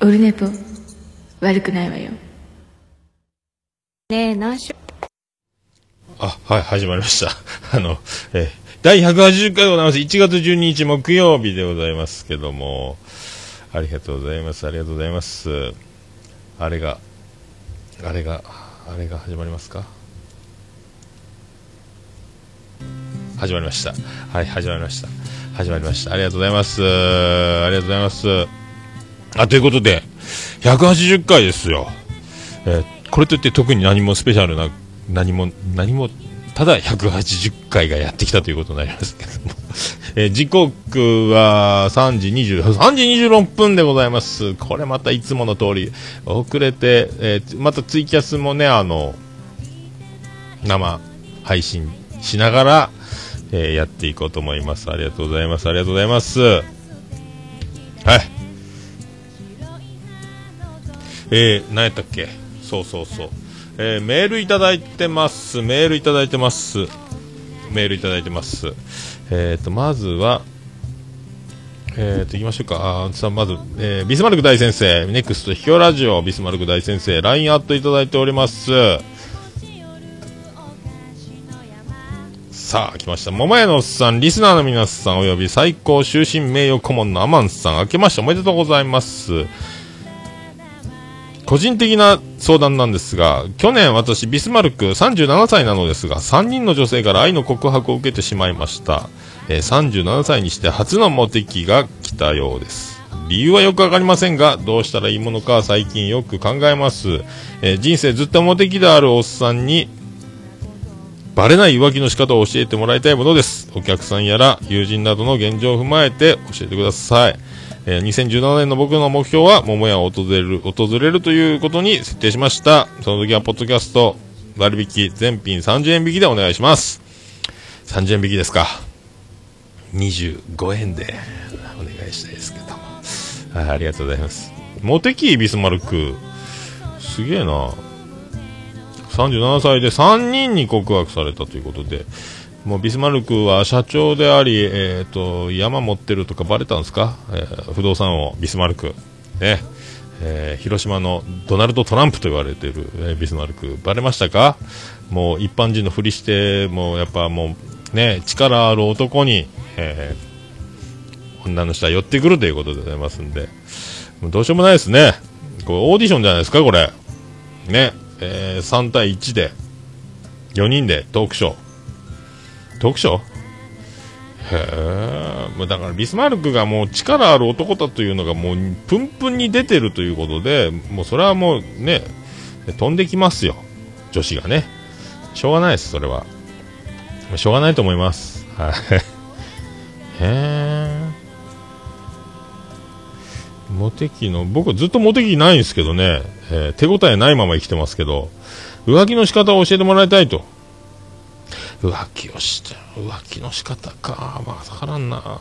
オルネポ悪くないわよ。 ねえ、何しよはい、始まりました。第180回でございます。1月12日木曜日でございますけども、ありがとうございます。ありがとうございます。あれが始まりますか？始まりました。はい、始まりました。ありがとうございます。ありがとうございます。ということで、180回ですよ。これといって特に何もスペシャルな、何も、ただ180回がやってきたということになりますけども。時刻は3時26分でございます。これまたいつもの通り遅れて、またツイキャスもね、生配信しながら、やっていこうと思います。ありがとうございます。ありがとうございます。はい。何やったっけ？そう。メールいただいてます。まずは、行きましょうか。まず、ビスマルク大先生、ネクスト秘境ラジオ、ビスマルク大先生、LINE アットいただいております。さあ、来ました。桃屋のおっさん、リスナーの皆さん、および最高終身名誉顧問のアマンさん、明けましておめでとうございます。個人的な相談なんですが、去年私ビスマルク37歳なのですが、3人の女性から愛の告白を受けてしまいました。37歳にして初のモテ期が来たようです。理由はよくわかりませんが、どうしたらいいものか最近よく考えます。人生ずっとモテ期であるおっさんにバレない浮気の仕方を教えてもらいたいものです。お客さんやら友人などの現状を踏まえて教えてください。2017年の僕の目標は桃屋を訪れるということに設定しました。その時はポッドキャスト割引全品30円引きでお願いします。30円引きですか。25円でお願いしたいですけども、ありがとうございます。モテ期ビスマルクすげえな。37歳で3人に告白されたということで、もうビスマルクは社長であり、山持ってるとかバレたんですか？不動産王ビスマルクね、広島のドナルド・トランプと言われている、ビスマルクバレましたか？もう一般人のふりして、もうやっぱもうね、力ある男に、女の人は寄ってくるということでございますんで、もうどうしようもないですね。これオーディションじゃないですかこれね。3対1で4人でトークショーもうだからビスマルクがもう力ある男だというのがもうプンプンに出てるということで、もうそれはもうね飛んできますよ女子がね。しょうがないです。それはしょうがないと思います。モテ期の僕ずっとモテ期ないんですけどね、手応えないまま生きてますけど、浮気の仕方を教えてもらいたいと。浮気の仕方か、まあ、わからんな。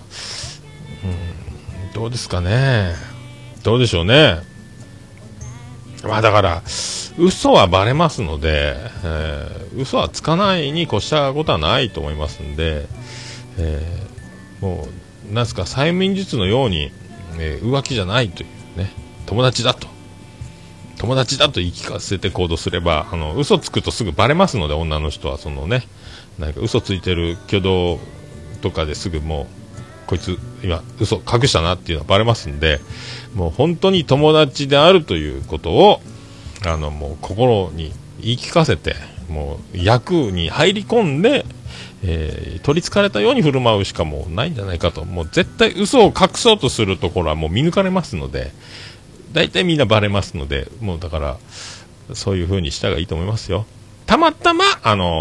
どうですかね。どうでしょうね。まあだから嘘はバレますので、嘘はつかないに越したことはないと思いますんで、もうなんすか催眠術のように、浮気じゃないというね、友達だと言い聞かせて行動すれば、嘘つくとすぐバレますので、女の人はそのね、なんか嘘ついてる挙動とかですぐもうこいつ今嘘隠したなっていうのはバレますんで、もう本当に友達であるということをもう心に言い聞かせて、もう役に入り込んで、取り憑かれたように振る舞うしかもうないんじゃないかと。もう絶対嘘を隠そうとするところはもう見抜かれますので、大体みんなバレますので、もうだからそういう風にした方がいいと思いますよ。たまたま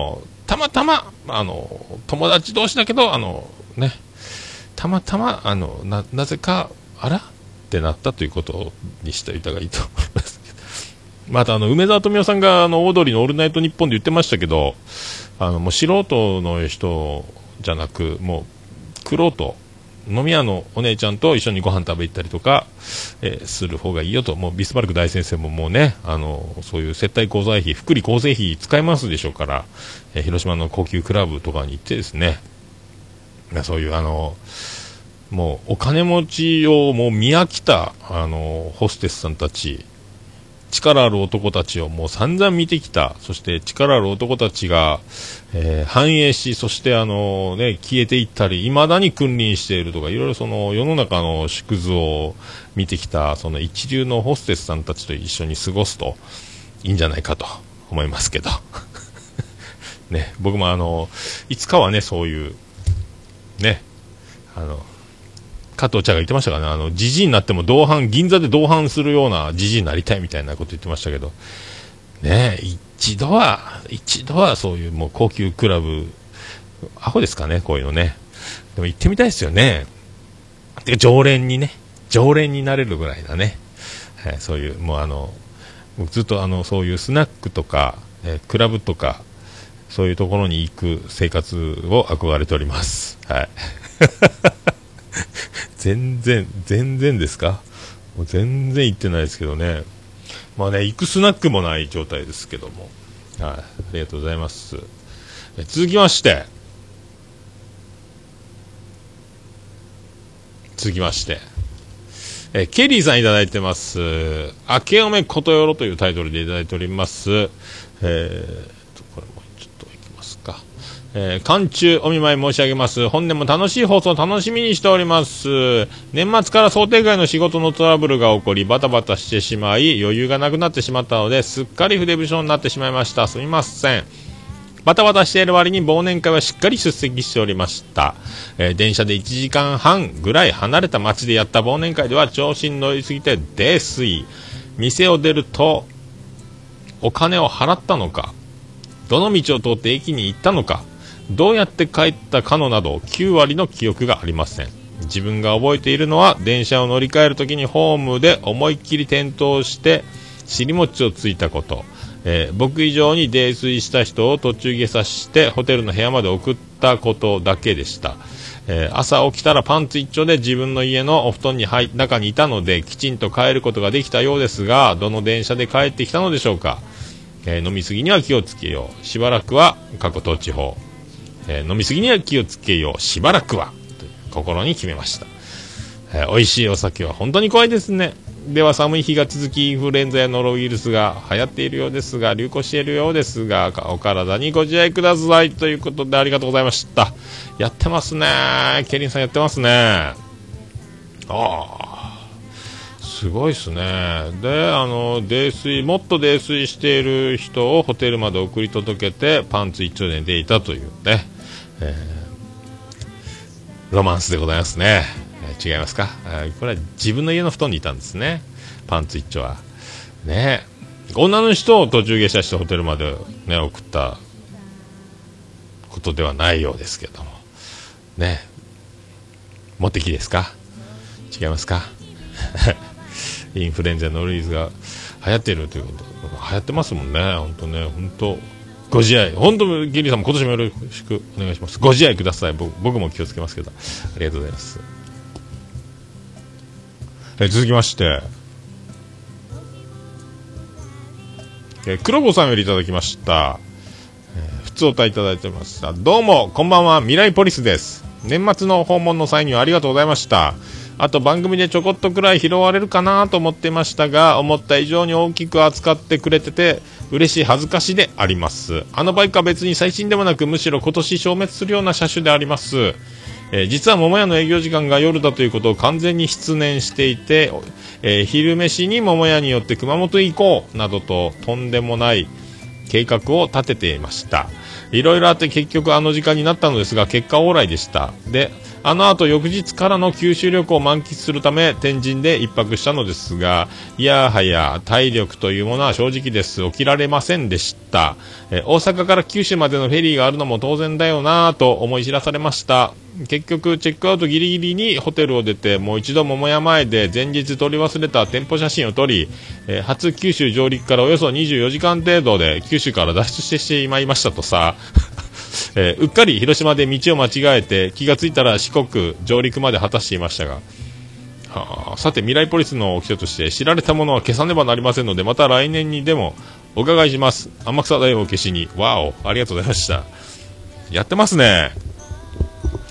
友達同士だけどね、たまたまなぜかあらってなったということにしておいた方がいいと思いますけど。また梅沢富美男さんがオードリーのオールナイトニッポンで言ってましたけど、もう素人の人じゃなく、もう玄人飲み屋のお姉ちゃんと一緒にご飯食べ行ったりとか、する方がいいよと。もうビスマルク大先生ももうね、そういう接待交際費、福利厚生費使いますでしょうから、広島の高級クラブとかに行ってですね、そういうもうお金持ちをもう見飽きたホステスさんたち、力ある男たちをもう散々見てきた、そして力ある男たちが、繁栄し、そして消えていったり、未だに君臨しているとか、いろいろその世の中の縮図を見てきた、その一流のホステスさんたちと一緒に過ごすといいんじゃないかと思いますけど。ね、僕もいつかはね、そういう、ね、加藤茶が言ってましたからね、じじいになっても銀座で同伴するようなじじいになりたいみたいなこと言ってましたけど、ね、一度はそういうもう高級クラブ、アホですかね、こういうのね。でも行ってみたいですよね。で、常連になれるぐらいだね。そういう、もうずっとそういうスナックとか、クラブとか、そういうところに行く生活を憧れております。はい。全然ですか？もう全然行ってないですけどね。まあね、行くスナックもない状態ですけども。はい。ありがとうございます。続きまして、ケリーさんいただいてます。明けおめことよろというタイトルでいただいております。これもちょっといきますか。寒中お見舞い申し上げます。本年も楽しい放送を楽しみにしております。年末から想定外の仕事のトラブルが起こり、バタバタしてしまい、余裕がなくなってしまったので、すっかり筆不詳になってしまいました。すみません。バタバタしている割に忘年会はしっかり出席しておりました。電車で1時間半ぐらい離れた街でやった忘年会では調子に乗りすぎて泥酔。店を出るとお金を払ったのか、どの道を通って駅に行ったのか、どうやって帰ったかのなど9割の記憶がありません。自分が覚えているのは、電車を乗り換えるときにホームで思いっきり転倒して尻餅をついたこと、僕以上に泥酔した人を途中下車してホテルの部屋まで送ったことだけでした。朝起きたらパンツ一丁で自分の家のお布団に中にいたので、きちんと帰ることができたようですが、どの電車で帰ってきたのでしょうか。飲みすぎには気をつけよう、しばらくは過去統治法、飲みすぎには気をつけよう、しばらくはという心に決めました。美味しいお酒は本当に怖いですね。では寒い日が続き、インフルエンザやノロウイルスが流行っているようですが、流行しているようですが、お体にご自愛くださいということで、ありがとうございました。やってますね、ケリンさんやってますね。ああ、すごいですね。で、もっと泥酔している人をホテルまで送り届けてパンツ一丁で寝ていたというね、ロマンスでございますね。違いますか。これは自分の家の布団にいたんですね、パンツ一丁はね。女の人を途中下車してホテルまで、ね、送ったことではないようですけどもね。モテ期ですか。違いますか。インフルエンザのノロウイルスが流行っているということ、流行ってますもんね。本当ね、本当ご自愛、本当ギリさんも今年もよろしくお願いします。ご自愛ください。僕も気をつけますけど、ありがとうございます。続きまして、黒子さんよりいただきました。普通お歌いただいてました。どうもこんばんは、未来ポリスです。年末の訪問の際にはありがとうございました。あと番組でちょこっとくらい拾われるかなと思ってましたが、思った以上に大きく扱ってくれてて嬉しい恥ずかしであります。あのバイクは別に最新でもなく、むしろ今年消滅するような車種であります。実は桃屋の営業時間が夜だということを完全に失念していて、昼飯に桃屋によって熊本行こうなどととんでもない計画を立てていました。いろいろあって結局あの時間になったのですが、結果オーライでした。で、あの後翌日からの九州旅行を満喫するため天神で一泊したのですが、いやはや体力というものは正直です。起きられませんでした。大阪から九州までのフェリーがあるのも当然だよなぁと思い知らされました。結局チェックアウトギリギリにホテルを出て、もう一度桃屋前で前日撮り忘れた店舗写真を撮り、初九州上陸からおよそ24時間程度で九州から脱出してしまいましたとさ。うっかり広島で道を間違えて気がついたら四国上陸まで果たしていましたが、さて未来ポリスの記者として知られたものは消さねばなりませんので、また来年にでもお伺いします。天草大王消しに。わお、ありがとうございました。やってますね。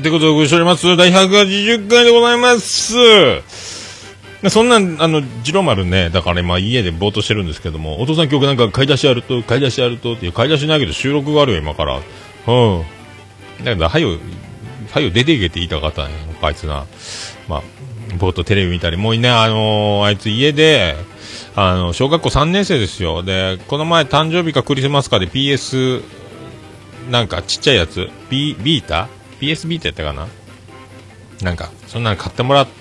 ってことでお送りしております。第180回でございます。そんな、ジロ丸ね、だから今家でぼーっとしてるんですけども、お父さん今日なんか買い出しやるとっていう、買い出しないけど収録があるよ、今から。だから、はよ出ていけって言いたかったね、あいつな。まあ、ぼーっとテレビ見たり、もうね、あいつ家で、小学校3年生ですよ。で、この前誕生日かクリスマスかで PS、なんかちっちゃいやつ、ビータ ?PS ビータやったかな、なんか、そんなの買ってもらって、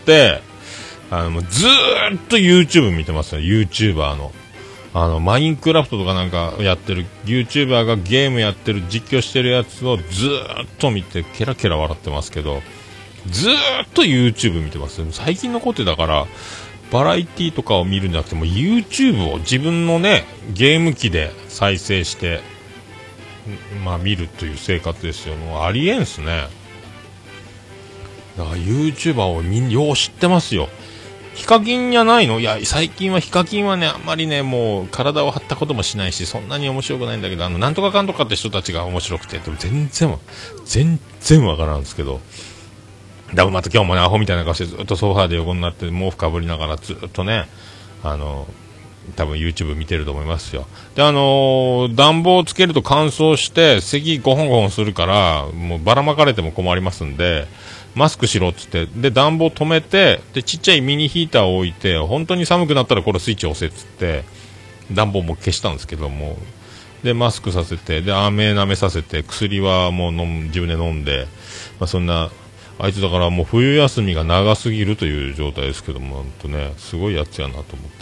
もうずーっと YouTube 見てますよ、YouTuber の。マインクラフトとかなんかやってる YouTuber がゲームやってる実況してるやつをずーっと見てケラケラ笑ってますけど、ずーっと YouTube 見てますよ。最近のことだからバラエティとかを見るんじゃなくても YouTube を自分のねゲーム機で再生してまあ見るという生活ですよ。もうありえんすね。だから YouTuber をよう知ってますよ。ヒカキンじゃないの？いや、最近はヒカキンはね、あんまりね、もう体を張ったこともしないし、そんなに面白くないんだけど、なんとかかんとかって人たちが面白くて、でも全然わからんですけど、だからまた今日もね、アホみたいな顔してずっとソファーで横になって毛布かぶりながらずっとね、多分 YouTube 見てると思いますよ。で、暖房をつけると乾燥して、咳5本するから、もうばらまかれても困りますんで、マスクしろっつって、で、暖房止めて、で、ちっちゃいミニヒーターを置いて、本当に寒くなったらこれスイッチ押せっつって、暖房も消したんですけども、で、マスクさせて、で、飴舐めさせて、薬はもう自分で飲んで、まあ、そんな、あいつだからもう冬休みが長すぎるという状態ですけども、ほんとね、すごいやつやなと思って。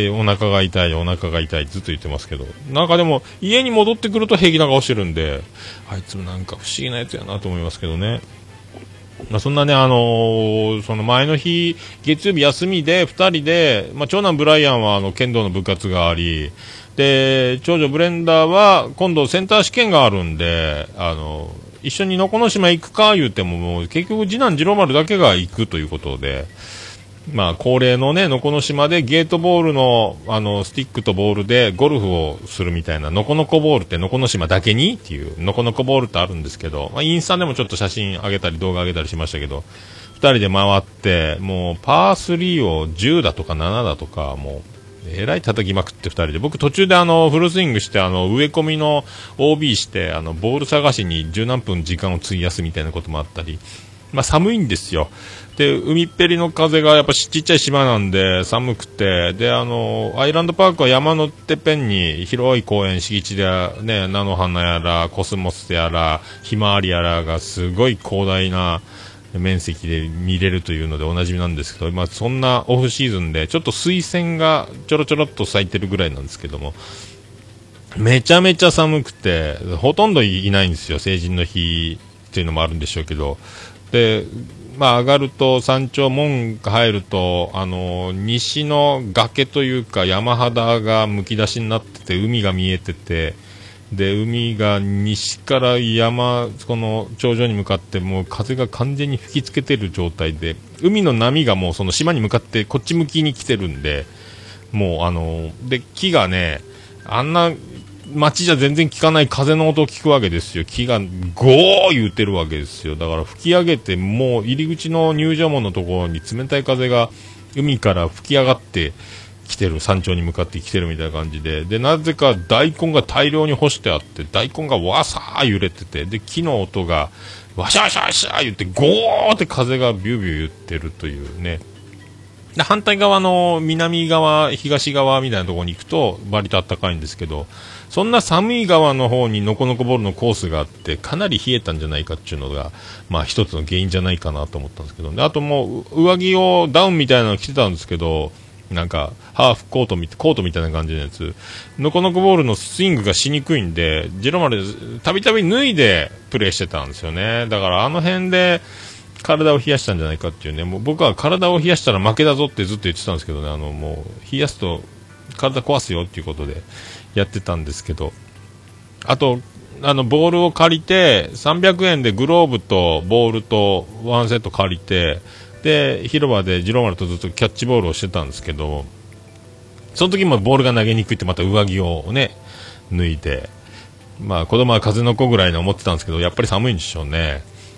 で、お腹が痛いずっと言ってますけど、なんかでも、家に戻ってくると平気な顔してるんで、あいつもなんか不思議なやつやなと思いますけどね。まあ、そんなね、その前の日、月曜日休みで、2人で、まあ、長男ブライアンは剣道の部活があり、で、長女ブレンダーは今度センター試験があるんで、一緒にのこの島行くか言うても、もう結局次男次郎丸だけが行くということで、まあ恒例のね、のこの島でゲートボールのスティックとボールでゴルフをするみたいな、のこのこボールってのこの島だけにっていうのこのこボールってあるんですけど、まあ、インスタでもちょっと写真上げたり動画上げたりしましたけど、2人で回ってもうパー3を10だとか7だとかもうえらい叩きまくって2人で、僕途中でフルスイングして植え込みの OB してボール探しに十何分時間を費やすみたいなこともあったり、まあ寒いんですよ。で、海っぺりの風がやっぱちっちゃい島なんで寒くて、で、アイランドパークは山のてっぺんに広い公園敷地でね、菜の花やら、コスモスやら、ひまわりやらがすごい広大な面積で見れるというのでおなじみなんですけど、まあそんなオフシーズンで、ちょっと水仙がちょろちょろっと咲いてるぐらいなんですけども、めちゃめちゃ寒くて、ほとんどいないんですよ、成人の日っていうのもあるんでしょうけど、で、まあ上がると山頂門が入ると西の崖というか山肌がむき出しになってて海が見えてて、で海が西からこの頂上に向かってもう風が完全に吹きつけてる状態で、海の波がもうその島に向かってこっち向きに来てるんで、もうで木がね、あんな街じゃ全然聞かない風の音を聞くわけですよ。木がゴー言ってるわけですよ。だから吹き上げて、もう入り口の入場門のところに冷たい風が海から吹き上がってきてる、山頂に向かってきてるみたいな感じで、でなぜか大根が大量に干してあって、大根がわさー揺れてて、で木の音がわしゃわしゃわしゃ言ってゴーって風がビュービュー言ってるというね。で反対側の南側東側みたいなところに行くと割と暖かいんですけど、そんな寒い側の方にのこのこボールのコースがあって、かなり冷えたんじゃないかっていうのがまあ一つの原因じゃないかなと思ったんですけど、であともう上着をダウンみたいなの着てたんですけど、なんかハーフコートみたいな感じのやつ、のこのこボールのスイングがしにくいんでジロマルたびたび脱いでプレーしてたんですよね。だから辺で体を冷やしたんじゃないかっていうね。もう僕は体を冷やしたら負けだぞってずっと言ってたんですけどね、もう冷やすと体壊すよっていうことでやってたんですけど、あとボールを借りて300円でグローブとボールとワンセット借りて、で広場でジローマルとずっとキャッチボールをしてたんですけど、その時もボールが投げにくいってまた上着をね脱いで、まあ子供は風の子ぐらいに思ってたんですけど、やっぱり寒いんでしょうね。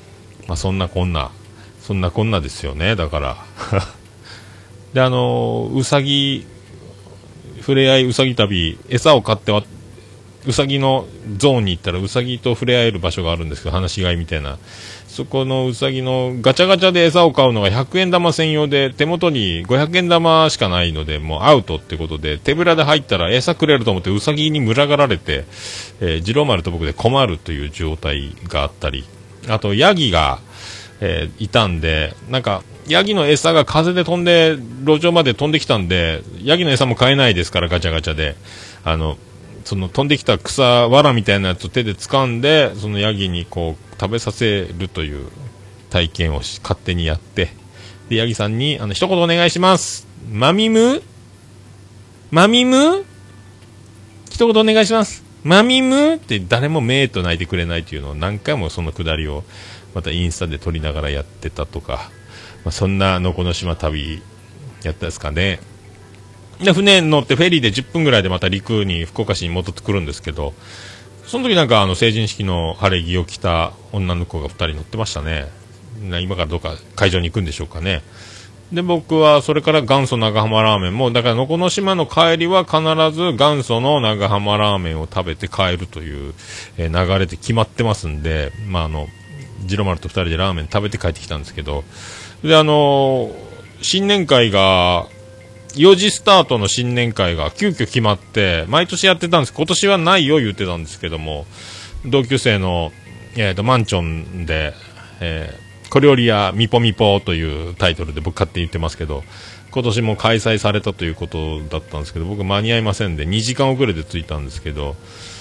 まあそんなこんなですよね。だからでうさぎ触れ合いうさぎ旅、餌を買ってはうさぎのゾーンに行ったらうさぎと触れ合える場所があるんですけど、放し飼いみたいな、そこのうさぎのガチャガチャで餌を買うのが100円玉専用で、手元に500円玉しかないのでもうアウトってことで、手ぶらで入ったら餌くれると思ってうさぎに群がられて、次郎丸と僕で困るという状態があったり、あとヤギが、いたんで、なんかヤギの餌が風で飛んで路上まで飛んできたんで、ヤギの餌も買えないですから、ガチャガチャでその飛んできた草藁みたいなやつを手で掴んで、そのヤギにこう食べさせるという体験を勝手にやって、でヤギさんに一言お願いします、マミム一言お願いします、マミムって誰もメーと泣いてくれないというのを何回もそのくだりをまたインスタで撮りながらやってたとか、まあ、そんなのこの島旅やったですかね。で船に乗ってフェリーで10分ぐらいでまた陸に福岡市に戻ってくるんですけど、その時なんか成人式の晴れ着を着た女の子が2人乗ってましたね。今からどっか会場に行くんでしょうかね。で僕はそれから元祖長浜ラーメンも、だからのこの島の帰りは必ず元祖の長浜ラーメンを食べて帰るという、流れで決まってますんで、まあ次郎丸と2人でラーメン食べて帰ってきたんですけど、で新年会が4時スタートの新年会が急遽決まって、毎年やってたんです。今年はないよ言ってたんですけども、同級生の、マンチョンで、小料理屋みぽみぽというタイトルで僕勝手に言ってますけど、今年も開催されたということだったんですけど、僕間に合いませんで2時間遅れで着いたんですけど、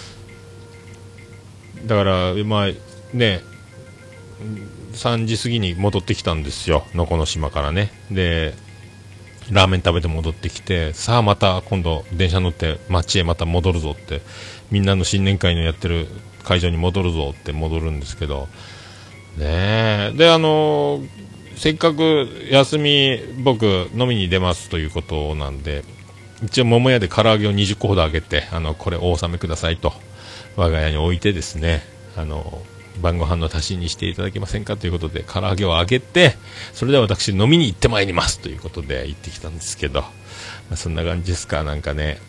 だからまあね3時過ぎに戻ってきたんですよ、のこの島からね。でラーメン食べて戻ってきて、さあまた今度電車乗って街へまた戻るぞって、みんなの新年会のやってる会場に戻るぞって戻るんですけどね。でせっかく休み僕飲みに出ますということなんで、一応桃屋で唐揚げを20個ほどあげて、これお納めくださいと我が家に置いてですね、晩ご飯の足しにしていただけませんかということで唐揚げをあげて、それでは私飲みに行ってまいりますということで行ってきたんですけど、そんな感じですか。なんかね、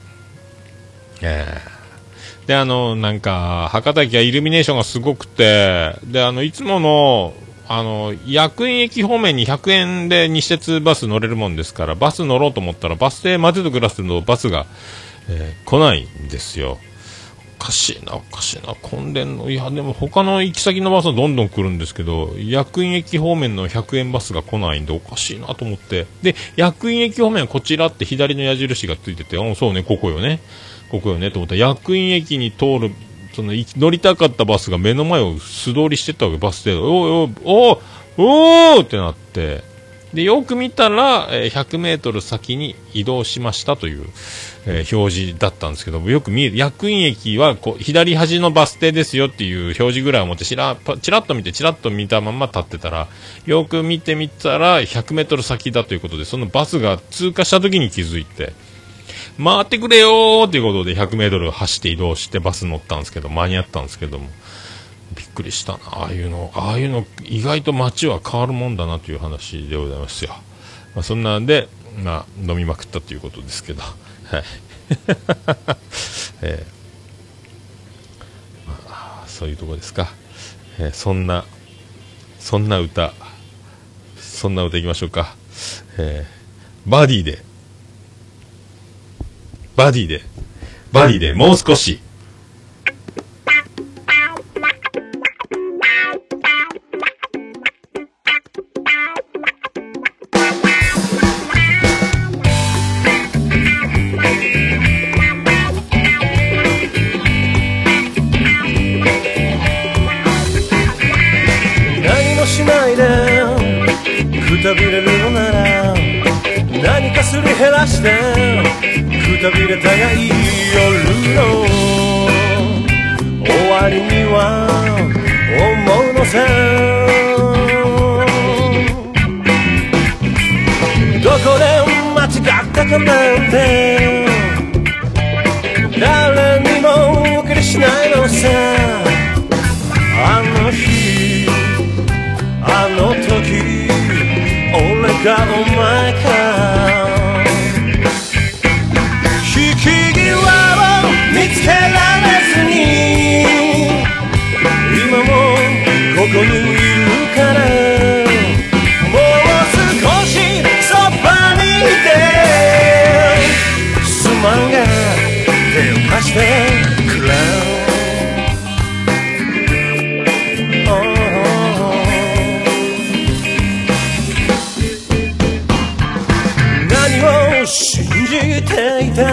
でなんか博多駅はイルミネーションがすごくて、でいつもの薬院駅方面に100円で西鉄バス乗れるもんですから、バス乗ろうと思ったらバス停までとグラスのバスが、来ないんですよ。おかしいな混んでんの。いやでも他の行き先のバスはどんどん来るんですけど、薬院駅方面の100円バスが来ないんでおかしいなと思って、で薬院駅方面はこちらって左の矢印がついてて、そうねここよねと思ったら、薬院駅に通る乗りたかったバスが目の前を素通りしてったわけ。バス停おーってなって、でよく見たら、100メートル先に移動しましたという、表示だったんですけど、よく見える薬院駅はこう左端のバス停ですよっていう表示ぐらいを持ってチラッと見たまま立ってたら、よく見てみたら100メートル先だということで、そのバスが通過した時に気づいて、回ってくれよーということで100メートル走って移動してバス乗ったんですけど、間に合ったんですけども、びっくりしたな。ああいうの意外と街は変わるもんだなという話でございますよ。そんなんで、飲みまくったということですけど、はい、そういうとこですか。そんな歌いきましょうか。バディでもう少し。 何もしないでくたびれるのなら、何かすり減らしてくたびれたがいい夜の終わりには思うのさ、どこで間違ったかなんて誰にも気にしないのさ。あの日あがお前か。引き際を見つけられずに今もここにいるから、もう少しそばにいてすまんが手を貸してくれ。何を信じていた、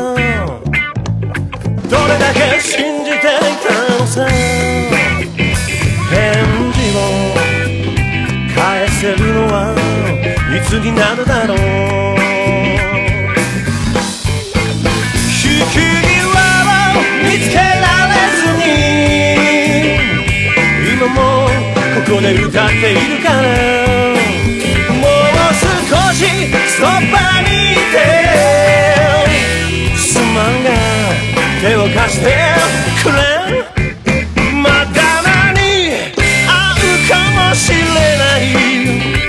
どれだけ信じていたのさ。返事を返せるのはいつになるだろう。引き際を見つけられずに今もここで歌っているから、もう少しそばにいてすまんが手を貸してくれ。まだ間に合うかもしれない、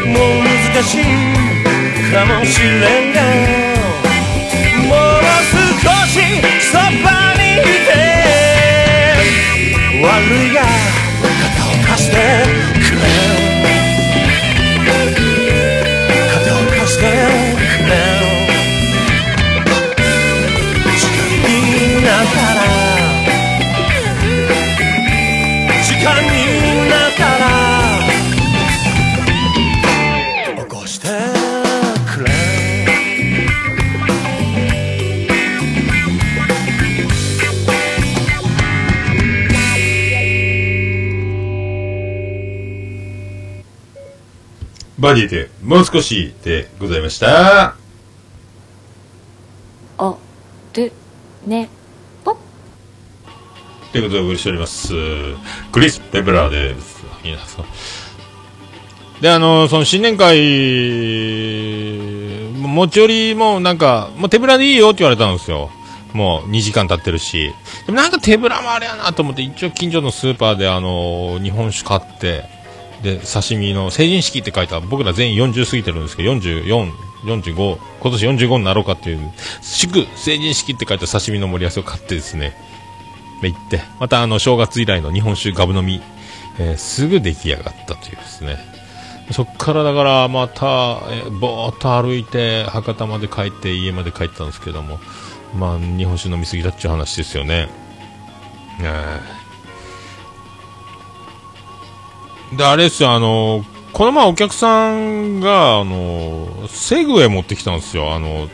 もう難しいかもしれんが、もう少しそばにいて悪いが肩を貸してくれ。肩を貸してくれ。時間になったら時間になったら起こしてくれ。 バディでもう少しでございました。 おるねぽということでお送りしておりますクリス・ペプラーです。皆さんで、その新年会持ち寄りもなんかもう手ぶらでいいよって言われたんですよ。もう2時間経ってるし、でもなんか手ぶらもあれやなと思って、一応近所のスーパーで日本酒買って、で刺身の成人式って書いた、僕ら全員40過ぎてるんですけど、44、45、今年45になろうかっていう祝成人式って書いた刺身の盛り合わせを買ってですね、行ってまた正月以来の日本酒ガブ飲み、すぐ出来上がったというですね。そっからだからまた、ぼーっと歩いて博多まで帰って家まで帰ったんですけども、まあ日本酒飲みすぎだっちゅう話ですよね。であれですよ、この前お客さんがセグウェイ持ってきたんですよ。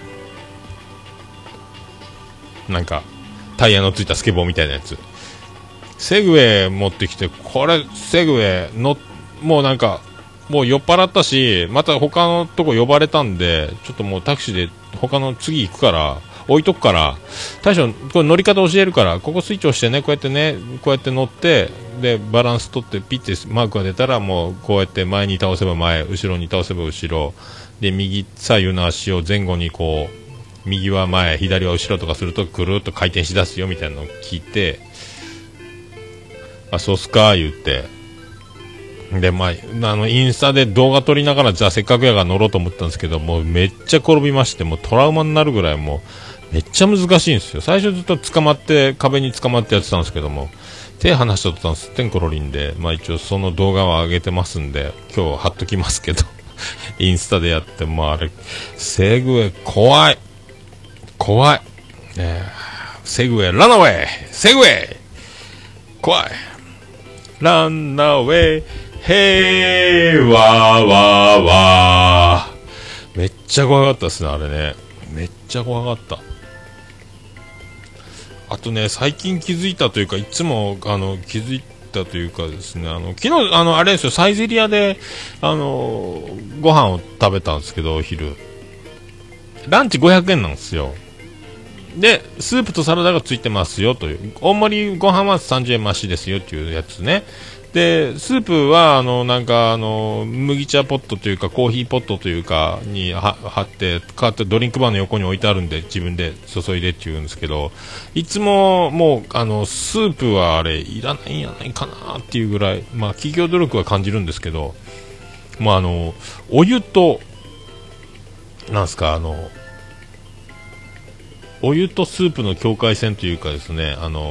なんかタイヤのついたスケボーみたいなやつ、セグウェイ持ってきて、これセグウェイのもうなんかもう酔っ払ったし、また他のとこ呼ばれたんで、ちょっともうタクシーで他の次行くから置いとくから、大将これ乗り方教えるから、ここスイッチ押してね、こうやってね、こうやって乗って、でバランス取ってピッてマークが出たら、もうこうやって前に倒せば前、後ろに倒せば後ろで、右左右の足を前後にこう、右は前左は後ろとかするとくるっと回転しだすよみたいなのを聞いて、あ、そうっすか言って、でまあインスタで動画撮りながら、じゃあせっかくやから乗ろうと思ったんですけど、もうめっちゃ転びまして、もうトラウマになるぐらい、もうめっちゃ難しいんですよ。最初ずっと捕まって壁に捕まってやってたんですけども、手離しとったんすってんころりんで、まあ一応その動画は上げてますんで今日貼っときますけどインスタでやって、もうあれセグウェイ怖い怖い、セグウェイランナーウェイ、セグウェイ怖い、ランナーウェイヘイワーワーワー、めっちゃ怖かったですねあれね、めっちゃ怖かった。あとね、最近気づいたというか、いつも気づいたというかですね、昨日あれですよ、サイゼリヤでご飯を食べたんですけど、お昼ランチ500円なんですよ。でスープとサラダがついてますよという、大盛りご飯は30円増しですよっていうやつね。でスープはなんか麦茶ポットというかコーヒーポットというかに貼って買ってドリンクバーの横に置いてあるんで、自分で注いでって言うんですけど、いつももうスープはあれいらないんやないかなっていうぐらい、まあ企業努力は感じるんですけど、まあお湯となんすか、お湯とスープの境界線というかですね、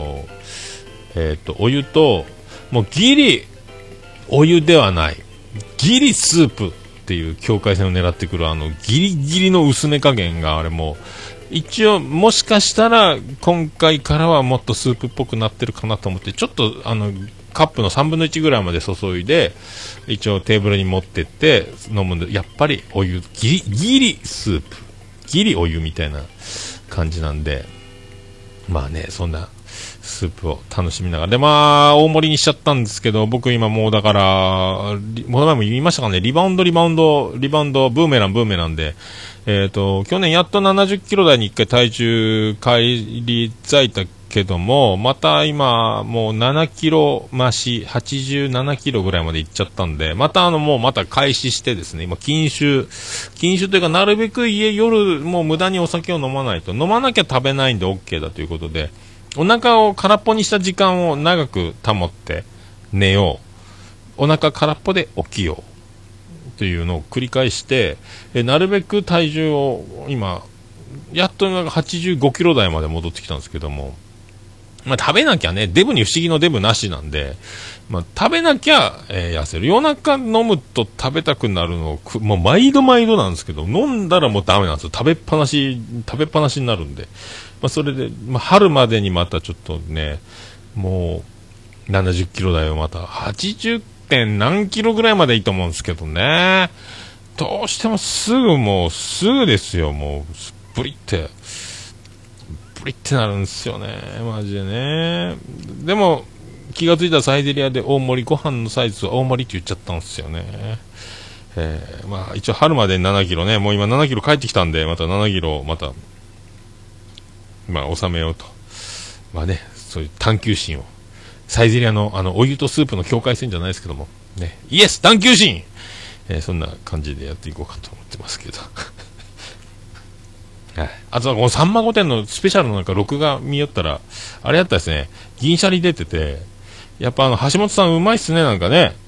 お湯と、もうギリ、お湯ではない、ギリスープっていう境界線を狙ってくる、ギリギリの薄め加減が、あれも、一応、もしかしたら、今回からはもっとスープっぽくなってるかなと思って、ちょっと、カップの3分の1ぐらいまで注いで、一応テーブルに持ってって飲むんで、やっぱりお湯、ギリスープ、ギリお湯みたいな感じなんで、まあね、そんなスープを楽しみながら、で、まあ、大盛りにしちゃったんですけど、僕今もうだから、もの前も言いましたかね、リバウンド、ブーメランで、去年やっと70キロ台に1回体重返り咲いたけども、また今もう7キロ増し、87キロぐらいまで行っちゃったんで、またもうまた開始してですね、今禁酒というか、なるべく夜もう無駄にお酒を飲まないと、飲まなきゃ食べないんで OK だということで、お腹を空っぽにした時間を長く保って寝よう、お腹空っぽで起きようというのを繰り返して、なるべく体重を今やっと85キロ台まで戻ってきたんですけども、まあ、食べなきゃね、デブに不思議のデブなしなんで、まあ、食べなきゃ、痩せる。夜中飲むと食べたくなるのもう毎度なんですけど、飲んだらもうダメなんですよ。食べっぱなしになるんで、まあ、それで、まあ、春までにまたちょっとね、もう70キロ台をまた80点何キロぐらいまでいいと思うんですけどね、どうしてもすぐですよ、もうブリってなるんですよね、マジでね。でも気がついたサイゼリアで大盛り、ご飯のサイズは大盛りって言っちゃったんですよね。まあ一応春までに7キロね、もう今7キロ帰ってきたんで、また7キロまたまあ収めようと、まあね、そういう探求心を、サイゼリアのお湯とスープの境界線じゃないですけどもね、イエス探求心、そんな感じでやっていこうかと思ってますけどはい、あとはこのさんま御殿のスペシャルの録画見よったら、あれやったですね、銀シャリ出てて、やっぱ橋本さんうまいっすね、なんかね、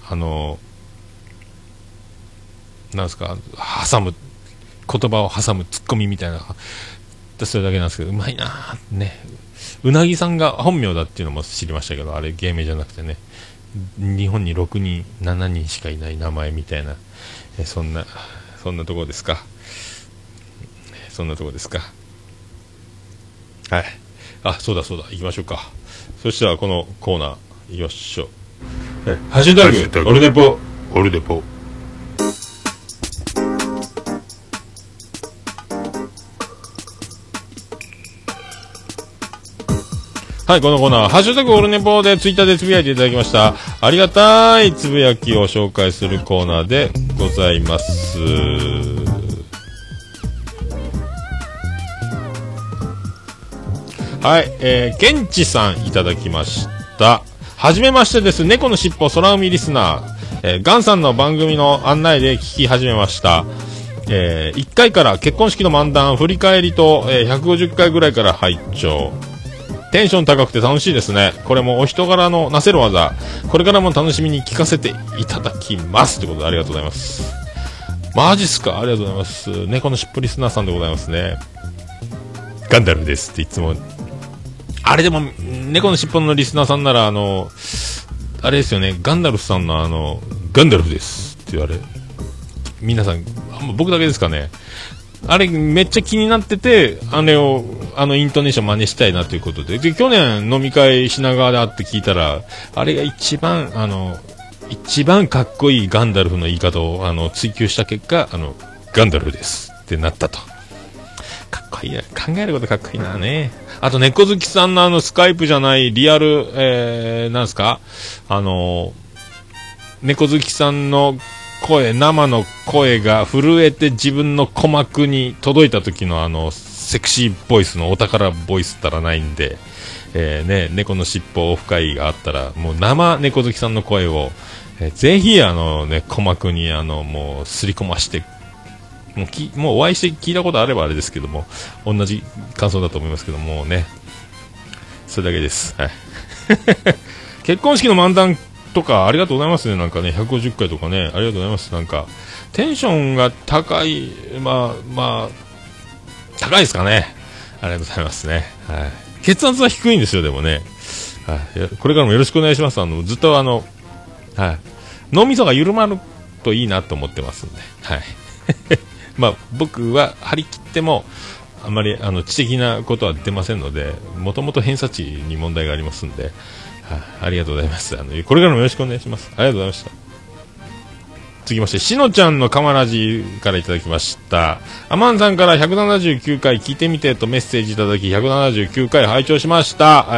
なんですか、言葉を挟むツッコミみたいな、それだけなんですけど、うまいなーね。うなぎさんが本名だっていうのも知りましたけど、あれ芸名じゃなくてね、日本に6人7人しかいない名前みたいな、そんなところですか。そんなとこですか。はい。あ、そうだ、行きましょうか。そしたらこのコーナー、よっしょ。ハッシュタグ、オルネポ。はい、このコーナー、ハッシュタグオルネポでツイッターでつぶやいていただきました。ありがたいつぶやきを紹介するコーナーでございます。はい、ケンチさんいただきました。はじめましてです。猫のしっぽ空海リスナー、ガンさんの番組の案内で聞き始めました。1回から結婚式の漫談振り返りと、150回ぐらいから拝聴。テンション高くて楽しいですね。これもお人柄のなせる技、これからも楽しみに聞かせていただきますということで、ありがとうございます。マジっすか、ありがとうございます。猫のしっぽリスナーさんでございますね。ガンダルフですっていつも、あれでも猫のしっぽのリスナーさんならあれですよね、ガンダルフさんのガンダルフですって言われ、皆さん僕だけですかね、あれめっちゃ気になってて、あれをイントネーション真似したいなということで、去年飲み会品川で会って聞いたら、あれが一番かっこいいガンダルフの言い方を追求した結果、ガンダルフですってなったと。かっこいいな、考えることかっこいいなね。あと猫好きさんのスカイプじゃないリアル、なんすか、猫好きさんの声、生の声が震えて自分の鼓膜に届いた時のセクシーボイスのお宝ボイスったらないんで、ね、猫のしっぽオフ会があったら、もう生猫好きさんの声を、ぜひね、鼓膜にもうすり込まして、もうお会いして聞いたことあればあれですけども、同じ感想だと思いますけどもね、それだけです。はい結婚式の漫談とかありがとうございますね。なんかね、150回とかね、ありがとうございます。なんか、テンションが高い、まあ、高いですかね。ありがとうございますね。はい。血圧は低いんですよ、でもね。はい。これからもよろしくお願いします。ずっとはい。脳みそが緩まるといいなと思ってますんで。はい。まあ、僕は張り切っても、あまり知的なことは出ませんので、もともと偏差値に問題がありますんで、ありがとうございます。これからもよろしくお願いします。ありがとうございました。続きまして、しのちゃんのカマラジからいただきました。アマンさんから179回聞いてみてとメッセージいただき、179回拝聴しました。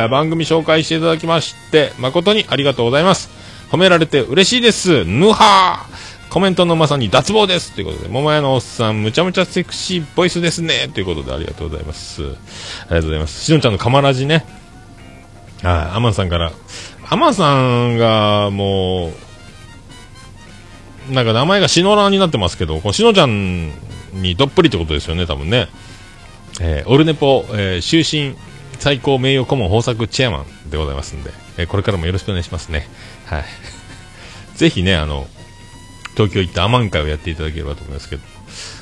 番組紹介していただきまして、誠にありがとうございます。褒められて嬉しいです。ぬはー。コメントのまさに脱帽ですということで、桃屋のおっさんむちゃむちゃセクシーボイスですねということで、ありがとうございます。ありがとうございます。しのちゃんのカマラジね、アマンさんから、アマンさんがもうなんか名前がシノラーになってますけど、このしのちゃんにどっぷりってことですよね、多分ね。オルネポ、終身最高名誉顧問豊作チェアマンでございますんで、これからもよろしくお願いしますね。はい。ぜひね、東京行ってアマン会をやっていただければと思いますけど、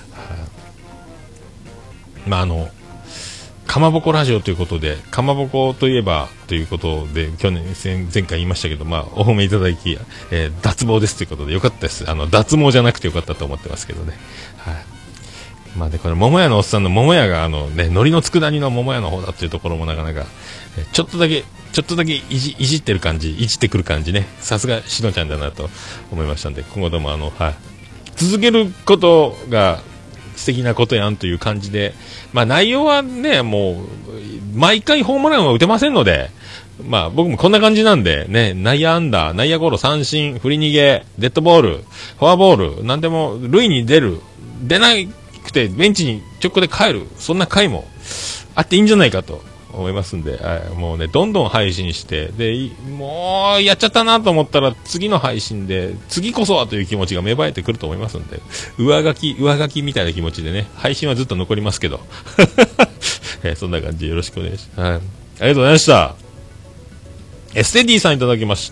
まあかまぼこラジオということで、かまぼこといえばということで前回言いましたけど、まあお褒めいただき、脱帽ですということでよかったです。脱毛じゃなくてよかったと思ってますけどね。はい。まあでこれ桃屋のおっさんの桃屋が海苔の佃煮の桃屋の方だっていうところもなかなか、ちょっとだけいじってる感じ、いじってくる感じね。さすがしのちゃんだなと思いましたんで、今後ともはい、続けることが素敵なことやんという感じで、まあ内容はね、もう毎回ホームランは打てませんので、まあ僕もこんな感じなんでね、内野安打、内野ゴロ、三振、振り逃げ、デッドボール、フォアボール、なんでも塁に出なくてベンチに直行で帰る、そんな回もあっていいんじゃないかと思いますんで、もうね、どんどん配信して、で、もうやっちゃったなと思ったら次の配信で次こそはという気持ちが芽生えてくると思いますんで、上書きみたいな気持ちでね、配信はずっと残りますけど、そんな感じでよろしくお願いします。はい、ありがとうございました。ステディさんいただきました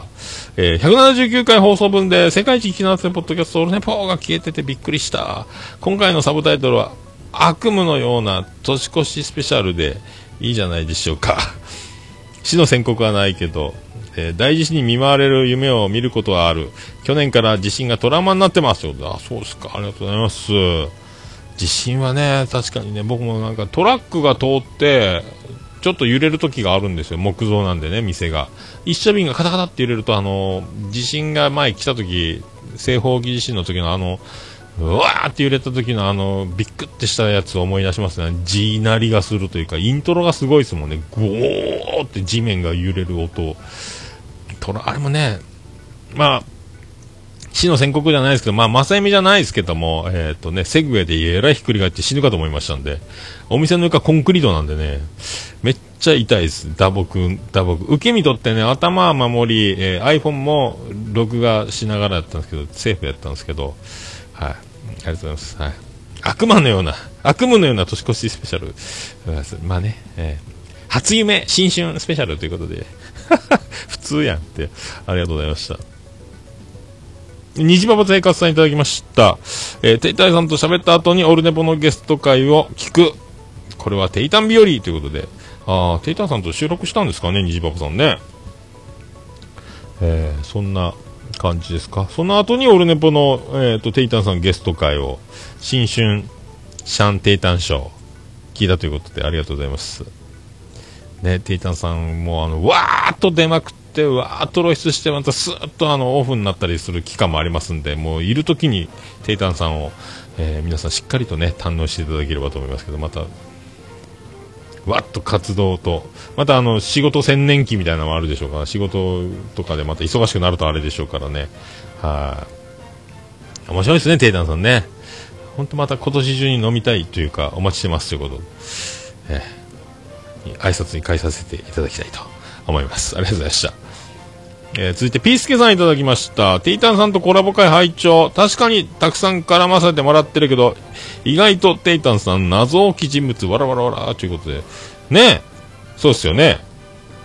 。179回放送分で世界一聞き直せポッドキャストオルネポーが消えててびっくりした。今回のサブタイトルは悪夢のような年越しスペシャルでいいじゃないでしょうか。死の宣告はないけど、大地震に見舞われる夢を見ることはある。去年から地震がトラウマになってます。あ、そうですか。ありがとうございます。地震はね、確かにね、僕もなんかトラックが通ってちょっと揺れる時があるんですよ。木造なんでね、店が一車便がカタカタって揺れると、地震が前来た時、西方地震の時のうわーって揺れた時のビックってしたやつを思い出しますね。地鳴りがするというか、イントロがすごいですもんね。ゴーって地面が揺れる音。あれもね、まあ死の宣告じゃないですけど、まあ正夢じゃないですけども、セグウェイでえらいひっくり返って死ぬかと思いましたんで、お店の床コンクリートなんでね、めっちゃ痛いです。打撲。受け身取ってね、頭は守り、iPhone も録画しながらやったんですけど、セーフやったんですけど、はい、ありがとうございます。はい、悪夢のような年越しスペシャル。まあね、初夢、新春スペシャルということで、普通やんって、ありがとうございました。虹パパ生活さんいただきました。テイタイさんと喋った後にオルネポのゲスト会を聞く。これはテイタン日和ということで、テイタンさんと収録したんですかね、虹パパさんね。そんな感じですか。その後にオルネポの、テイタンさんゲスト会を新春シャンテイタンショー聞いたということで、ありがとうございますね。テイタンさんもわーっと出まくってわーっと露出して、またスーッとオフになったりする期間もありますんで、もういるときにテイタンさんを、皆さんしっかりとね堪能していただければと思いますけど、またわっと活動と、また仕事専念期みたいなのもあるでしょうから、仕事とかでまた忙しくなるとあれでしょうからね。はい、面白いですね、テイタンさんね。本当また今年中に飲みたいというか、お待ちしてますということで、挨拶に返させていただきたいと思います。ありがとうございました。続いてピースケさんいただきました。テイタンさんとコラボ会拝聴。確かにたくさん絡ませてもらってるけど、意外とテイタンさん謎多き人物、わらわらわらということでね。そうですよね。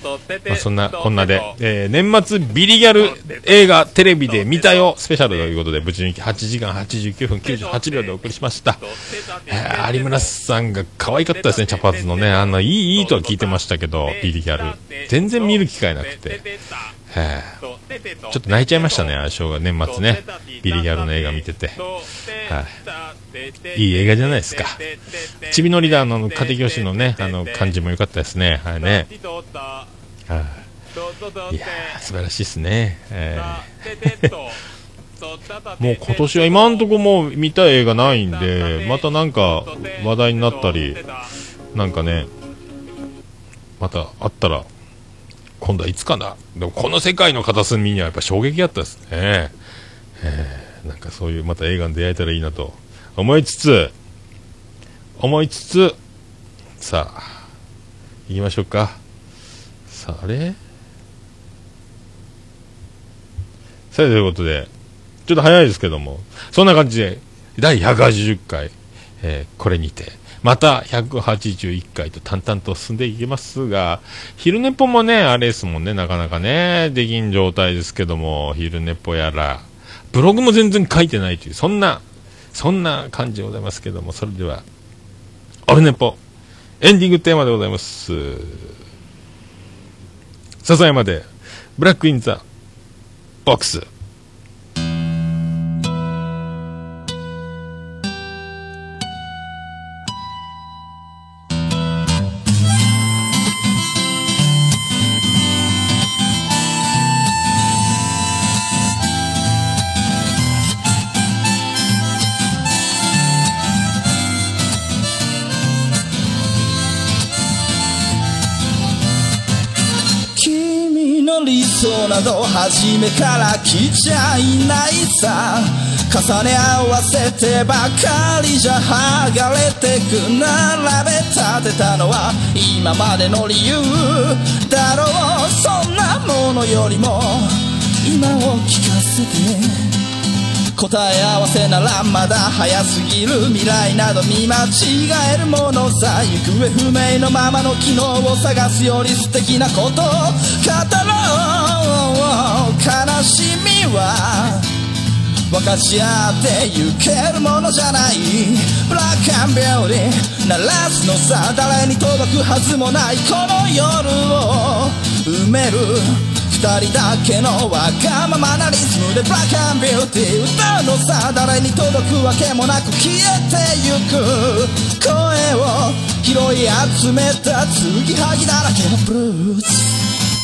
まあ、そんなこんなで、年末ビリギャル映画テレビで見たよスペシャルということで、ぶち抜き8時間89分98秒でお送りしました。有村さんが可愛かったですね、茶髪のね。いいとは聞いてましたけど、ビリギャル。全然見る機会なくて。ちょっと泣いちゃいましたね、年末ね。ビリギャルの映画見てて。いい映画じゃないですか。ちびのリーダーの家庭教師のね、感じも良かったですね。はいね。いやー、素晴らしいですね。もう今年は今んとこもう見たい映画ないんで、またなんか話題になったり、なんかね、またあったら、今度はいつかな。でもこの世界の片隅にはやっぱ衝撃だったですね。なんかそういうまた映画に出会えたらいいなと思いつつ、さあ、行きましょうか。さあ、あれさあ、ということで、ちょっと早いですけども、そんな感じで、第180回、これにて、また181回と淡々と進んでいきますが、昼寝ぽもね、あれですもんね、なかなかね、できん状態ですけども、昼寝ぽやら、ブログも全然書いてないという、そんな感じでございますけども、それでは、オルネポ、エンディングテーマでございます。笹山で、ブラックインザボックス。 理想など初めから来ちゃいないさ、重ね合わせてばかりじゃ剥がれてく、並べ立てたのは今までの理由だろう。そんなものよりも今を聞かせて、答え合わせならまだ早すぎる、未来など見間違えるものさ、行方不明のままの昨日を探すより素敵なことを語ろう。悲しみは分かち合ってゆけるものじゃない。ブラックアンビューティー鳴らすのさ、誰に届くはずもないこの夜を埋める二人だけのわがままなリズムでブラックアンビューティー歌うのさ、誰に届くわけもなく消えてゆく声を拾い集めた継ぎはぎだらけのブルース。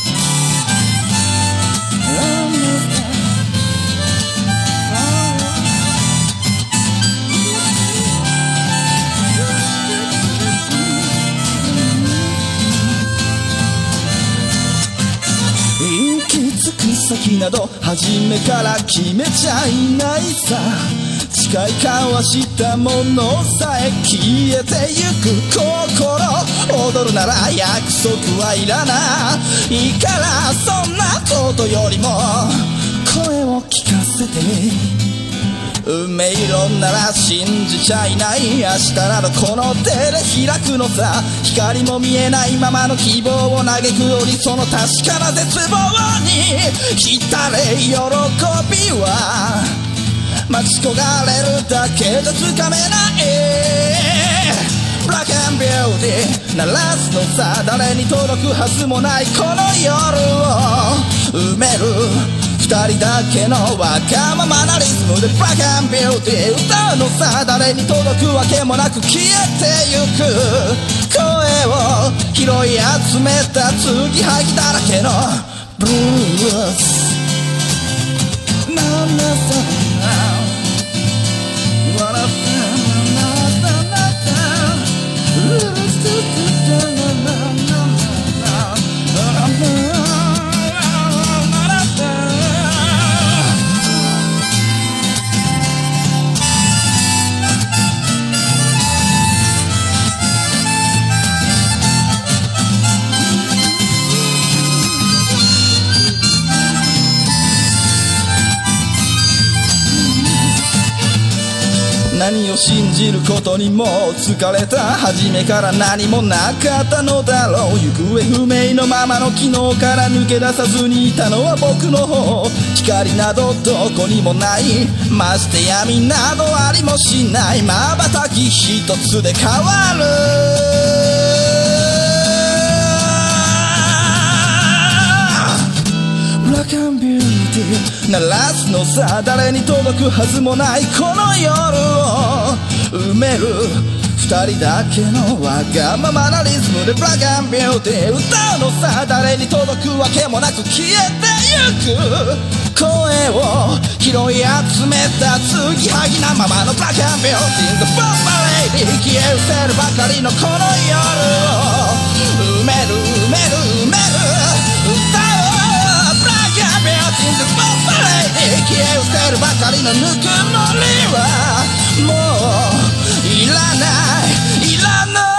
先など初めから決めちゃいないさ、誓い交わしたものさえ消えてゆく心、踊るなら約束はいらないから、そんなことよりも声を聞かせて、運命論なら信じちゃいない、明日などこの手で開くのさ、光も見えないままの希望を嘆くより、その確かな絶望に浸れ喜びは待ち焦がれるだけじゃつかめない。ブラックアンビューティー鳴らすのさ、誰に届くはずもないこの夜を埋める二人だけのわがままなリズムでブラックアンビューティー歌うのさ、誰に届くわけもなく消えてゆく声を拾い集めた継ぎはぎだらけのブルース。 何を信じることにも疲れた。初めから何もなかったのだろう。行方不明のままの昨日から抜け出さずにいたのは僕の方。光などどこにもない、まして闇などありもしない。瞬き一つで変わる。ブラック&ビューティー鳴らすのさ、誰に届くはずもないこの夜を埋める二人だけのわがままなリズムでブラック&ビューティー歌うのさ、誰に届くわけもなく消えてゆく声を拾い集めた継ぎはぎなままのブラック&ビューティー The Bomb Lady 消え失せるばかりのこの夜を埋める埋める埋める歌う消え失せるばかりのぬくもりはもういらないいらない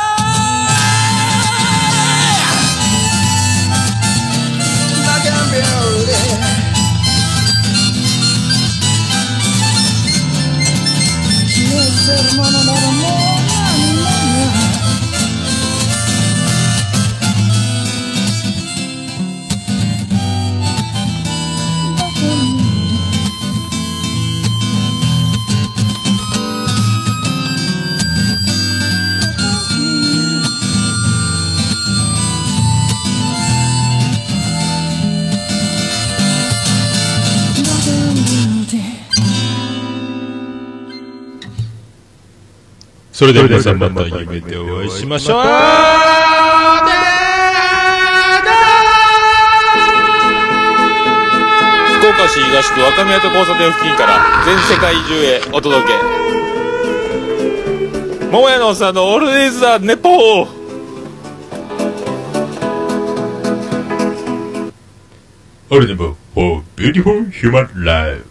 バカンビューティー消え失せるものならもう何もないそれでは皆さんまた夢でお会いしましょう。 福岡市東区若宮と交差点付近から全世界中へお届け、桃屋のおっさんのオールディーズ・ザ・ネポー。 オールディーズ・フォー・ビューティフル・ヒューマン・ライフ。